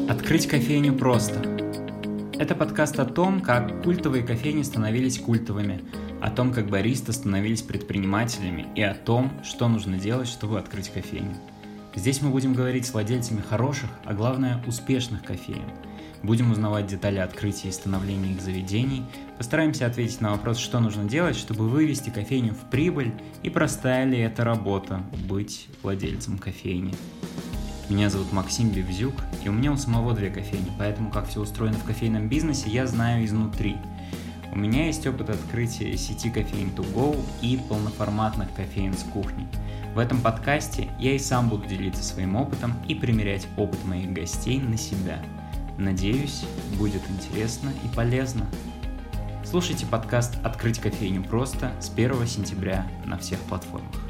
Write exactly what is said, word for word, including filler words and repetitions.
Открыть кофейню просто. Это подкаст о том, как культовые кофейни становились культовыми, о том, как баристы становились предпринимателями и о том, что нужно делать, чтобы открыть кофейню. Здесь мы будем говорить с владельцами хороших, а главное успешных кофеен. Будем узнавать детали открытия и становления их заведений, постараемся ответить на вопрос, что нужно делать, чтобы вывести кофейню в прибыль, и простая ли это работа – быть владельцем кофейни. Меня зовут Максим Бевзюк, и у меня у самого две кофейни, поэтому как все устроено в кофейном бизнесе, я знаю изнутри. У меня есть опыт открытия сети кофеин to go и полноформатных кофеин с кухней. В этом подкасте я и сам буду делиться своим опытом и примерять опыт моих гостей на себя. Надеюсь, будет интересно и полезно. Слушайте подкаст «Открыть кофейню просто» с первого сентября на всех платформах.